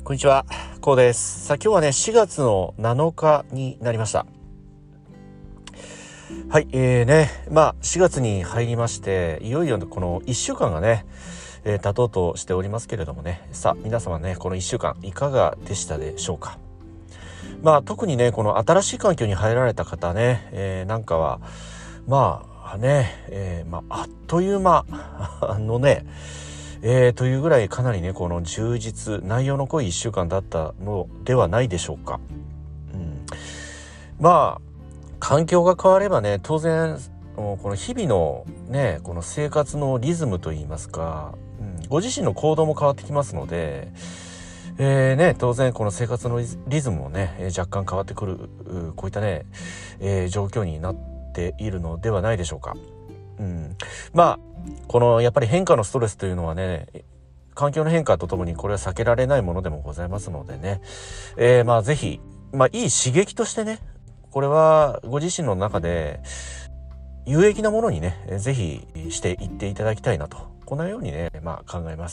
こんにちは、こうです。さあ今日はね4月の7日になりました。はい、4月に入りまして、いよいよこの1週間がね、経とうとしておりますけれどもね、さあ皆様ね、この1週間いかがでしたでしょうか。特にねこの新しい環境に入られた方ね、なんかはあっという間のね、というぐらいかなりねこの充実内容の濃い1週間だったのではないでしょうか。環境が変わればね、当然この日々のねこの生活のリズムといいますか、ご自身の行動も変わってきますので、当然この生活のリズムもね、若干変わってくるこういったね、状況になっているのではないでしょうか。このやっぱり変化のストレスというのはね、環境の変化とともにこれは避けられないものでもございますのでね、ぜひ、いい刺激としてね、これはご自身の中で有益なものにねぜひしていっていただきたいなと、このようにね考えます。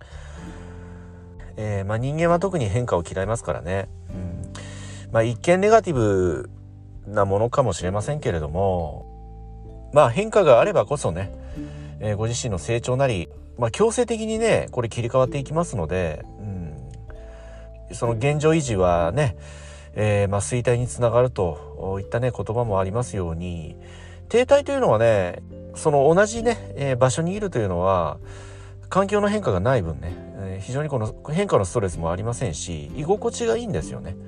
人間は特に変化を嫌いますからね、一見ネガティブなものかもしれませんけれども、変化があればこそね、ご自身の成長なり、強制的にねこれ切り替わっていきますので、その現状維持はね、衰退につながるといったね言葉もありますように、停滞というのはね、その同じね、場所にいるというのは環境の変化がない分ね、非常にこの変化のストレスもありませんし、居心地がいいんですよね。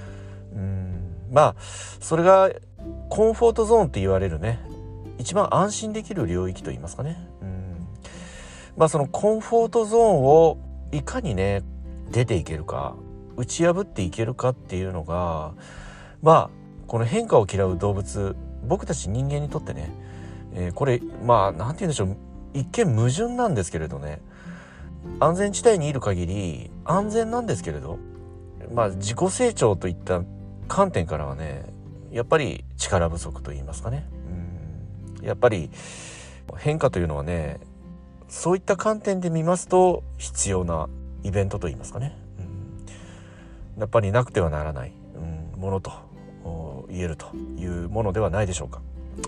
それがコンフォートゾーンって言われるね、一番安心できる領域と言いますかね。そのコンフォートゾーンをいかにね出ていけるか、打ち破っていけるかっていうのが、この変化を嫌う動物、僕たち人間にとってね、これなんて言うんでしょう、一見矛盾なんですけれどね、安全地帯にいる限り安全なんですけれど、自己成長といった観点からはね、やっぱり力不足と言いますかね。やっぱり変化というのはね、そういった観点で見ますと必要なイベントと言いますかね。やっぱりなくてはならない、ものと言えるというものではないでしょうか。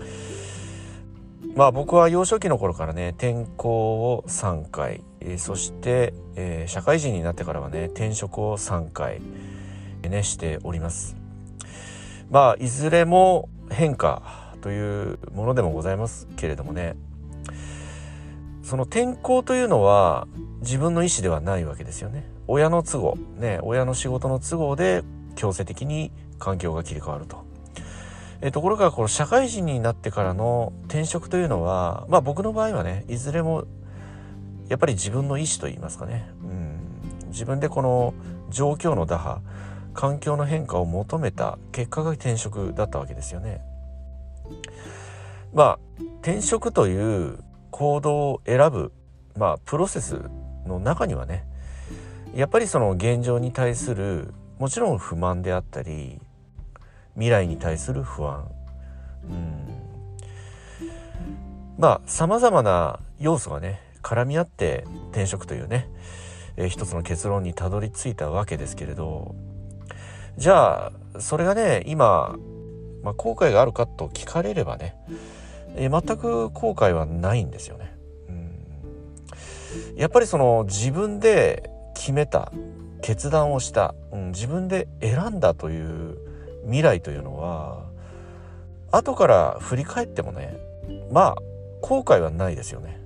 僕は幼少期の頃からね転校を3回、そして、社会人になってからはね転職を3回、しております。いずれも変化というものでもございますけれどもね、その転校というのは自分の意思ではないわけですよね。親の都合ね、親の仕事の都合で強制的に環境が切り替わると。ところがこの社会人になってからの転職というのは、僕の場合はねいずれもやっぱり自分の意思といいますかね、自分でこの状況の打破、環境の変化を求めた結果が転職だったわけですよね。転職という行動を選ぶ、プロセスの中にはね、やっぱりその現状に対するもちろん不満であったり、未来に対する不安、様々な要素がね絡み合って転職というね、一つの結論にたどり着いたわけですけれど、じゃあそれがね今、後悔があるかと聞かれればね、全く後悔はないんですよね。やっぱりその自分で決めた決断をした、自分で選んだという未来というのは後から振り返ってもね後悔はないですよね。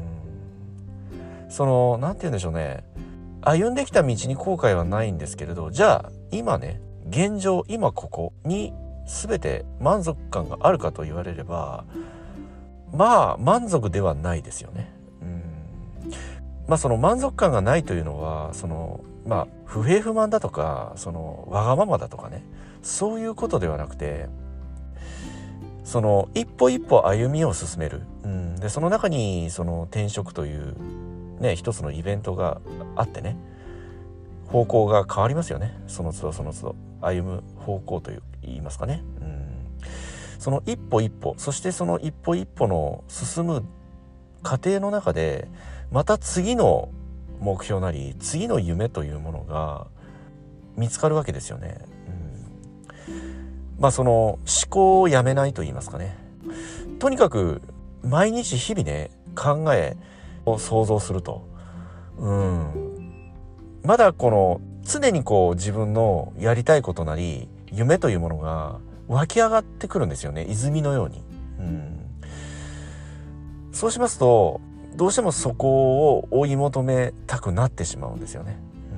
そのなんて言うんでしょうね、歩んできた道に後悔はないんですけれど、じゃあ今ね現状今ここに全て満足感があるかと言われれば満足ではないですよね。その満足感がないというのはその不平不満だとか、そのわがままだとかね、そういうことではなくて、その一歩一歩歩みを進める、でその中にその転職というね一つのイベントがあってね、方向が変わりますよね。その都度その都度歩む方向と言いますかね、その一歩一歩、そしてその一歩一歩の進む過程の中でまた次の目標なり次の夢というものが見つかるわけですよね。その思考をやめないと言いますかね。とにかく毎日日々ね考えを想像すると、まだこの常に自分のやりたいことなり夢というものが湧き上がってくるんですよね、泉のように。そうしますとどうしてもそこを追い求めたくなってしまうんですよね。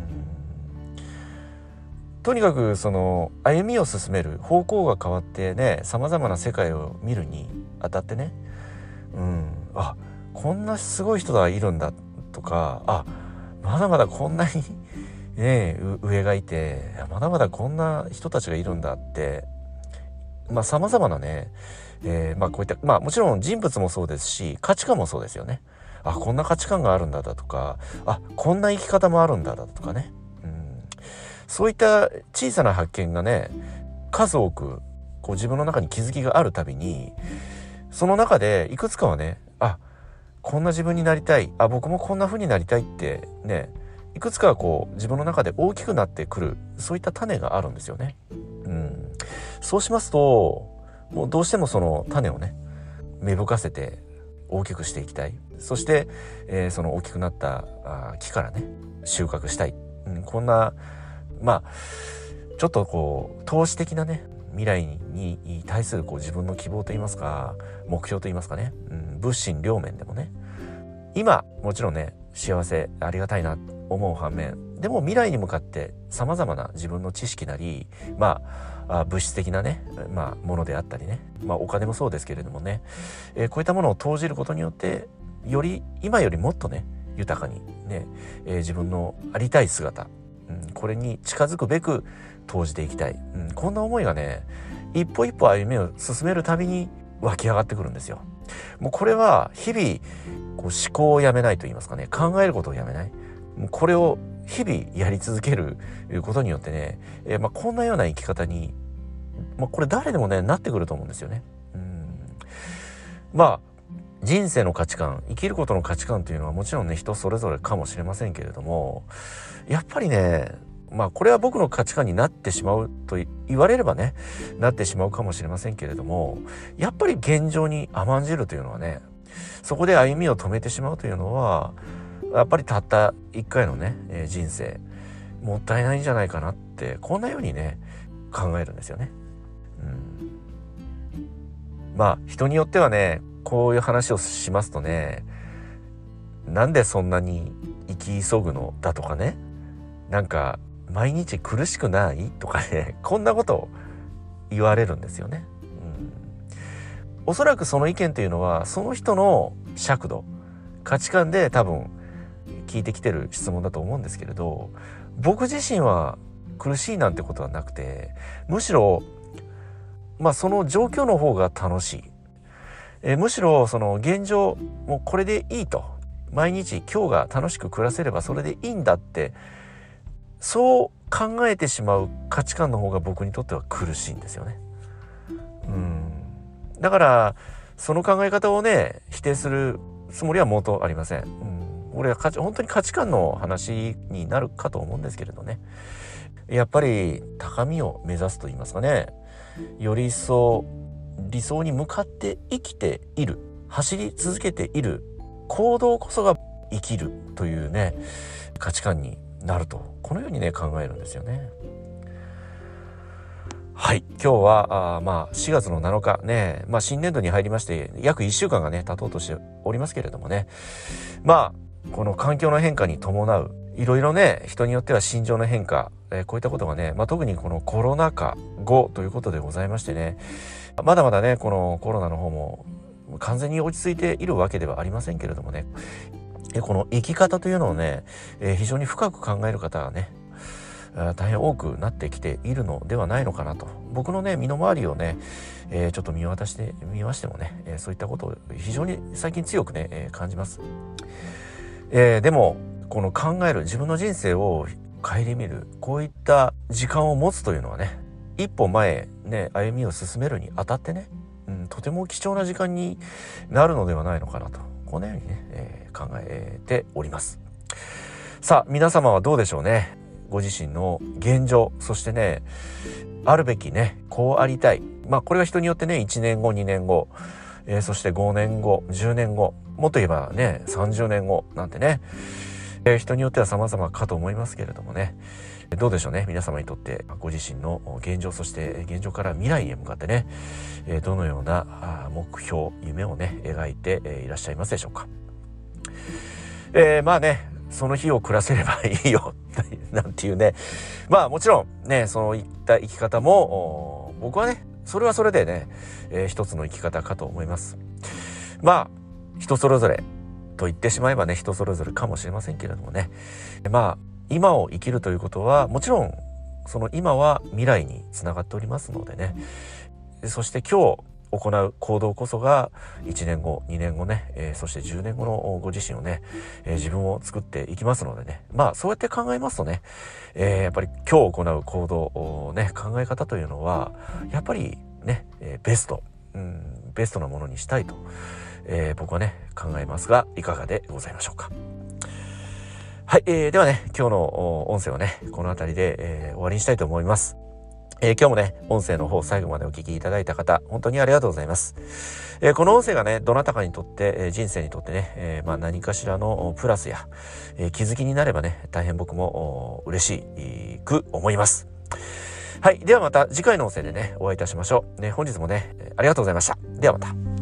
とにかくその歩みを進める方向が変わってね、様々な世界を見るにあたってね、あ、こんなすごい人がいるんだとか、まだまだこんなにね上がいて、まだまだこんな人たちがいるんだって、様々なね、こういったもちろん人物もそうですし価値観もそうですよね。こんな価値観があるんだだとか、こんな生き方もあるんだだとかね、そういった小さな発見がね数多く自分の中に気づきがあるたびに、その中でいくつかはね、こんな自分になりたい、僕もこんな風になりたいってね、いくつか自分の中で大きくなってくる、そういった種があるんですよね。そうしますともうどうしてもその種をね芽吹かせて大きくしていきたい。そして、その大きくなった木からね収穫したい、こんなちょっと投資的なね未来に対する自分の希望といいますか目標といいますかね、物心両面でもね、今もちろんね幸せありがたいなと思う反面、でも未来に向かって様々な自分の知識なり物質的なね、ものであったりね、お金もそうですけれどもね、こういったものを投じることによってより今よりもっとね豊かにね、自分のありたい姿、これに近づくべく投じていきたい、こんな思いがね一歩一歩歩みを進めるたびに湧き上がってくるんですよ。もうこれは日々思考をやめないと言いますかね、考えることをやめない、もうこれを日々やり続けることによってね、こんなような生き方に、これ誰でもねなってくると思うんですよね。人生の価値観、生きることの価値観というのはもちろんね人それぞれかもしれませんけれども、やっぱりねこれは僕の価値観になってしまうと言われればねなってしまうかもしれませんけれども、やっぱり現状に甘んじるというのはね、そこで歩みを止めてしまうというのはやっぱりたった一回のね、人生もったいないんじゃないかなって、こんなようにね考えるんですよね。人によってはねこういう話をしますとね、なんでそんなに生き急ぐのだとかね、なんか毎日苦しくないとかね、こんなことを言われるんですよね。おそらくその意見というのはその人の尺度価値観で多分聞いてきてる質問だと思うんですけれど、僕自身は苦しいなんてことはなくて、むしろその状況の方が楽しい、むしろその現状もうこれでいいと、毎日今日が楽しく暮らせればそれでいいんだってそう考えてしまう価値観の方が僕にとっては苦しいんですよね。だからその考え方をね否定するつもりは毛頭ありません。俺は本当に価値観の話になるかと思うんですけれどね、やっぱり高みを目指すと言いますかね、より一層理想に向かって生きている、走り続けている行動こそが生きるというね価値観になると、このようにね考えるんですよね。はい、今日は4月の7日ね、新年度に入りまして約1週間がね経とうとしておりますけれどもね、この環境の変化に伴ういろいろね人によっては心情の変化、こういったことがね、特にこのコロナ禍後ということでございましてね、まだまだねこのコロナの方も完全に落ち着いているわけではありませんけれどもね、この生き方というのをね、非常に深く考える方がね大変多くなってきているのではないのかなと、僕のね身の回りをね、ちょっと見渡してみましてもね、そういったことを非常に最近強くね、感じます。でもこの考える自分の人生を顧みるこういった時間を持つというのはね、一歩前ね歩みを進めるにあたってね、とても貴重な時間になるのではないのかなと、このようにね、考えております。 さあ皆様はどうでしょうね。ご自身の現状、そしてねあるべきねこうありたい、これは人によってね1年後2年後、そして5年後10年後、もっと言えばね30年後なんてね、人によっては様々かと思いますけれどもね、どうでしょうね。皆様にとってご自身の現状、そして現状から未来へ向かってね、どのような目標夢をね描いていらっしゃいますでしょうか。その日を暮らせればいいよなんていうね、もちろんねそういった生き方も僕はねそれはそれでね、一つの生き方かと思います。人それぞれと言ってしまえばね人それぞれかもしれませんけれどもね、今を生きるということはもちろんその今は未来につながっておりますのでね、そして今日行う行動こそが1年後2年後ね、そして10年後のご自身をね、自分を作っていきますのでね、そうやって考えますとね、やっぱり今日行う行動ね考え方というのはやっぱりね、ベストなものにしたいと、僕はね考えますがいかがでございましょうか。はい、ではね今日の音声をねこの辺りで、終わりにしたいと思います。今日もね音声の方最後までお聞きいただいた方本当にありがとうございます。この音声がねどなたかにとって、人生にとってね、何かしらのプラスや、気づきになればね大変僕も嬉しく思います。はい、ではまた次回の音声でねお会いいたしましょう。本日もねありがとうございました。ではまた。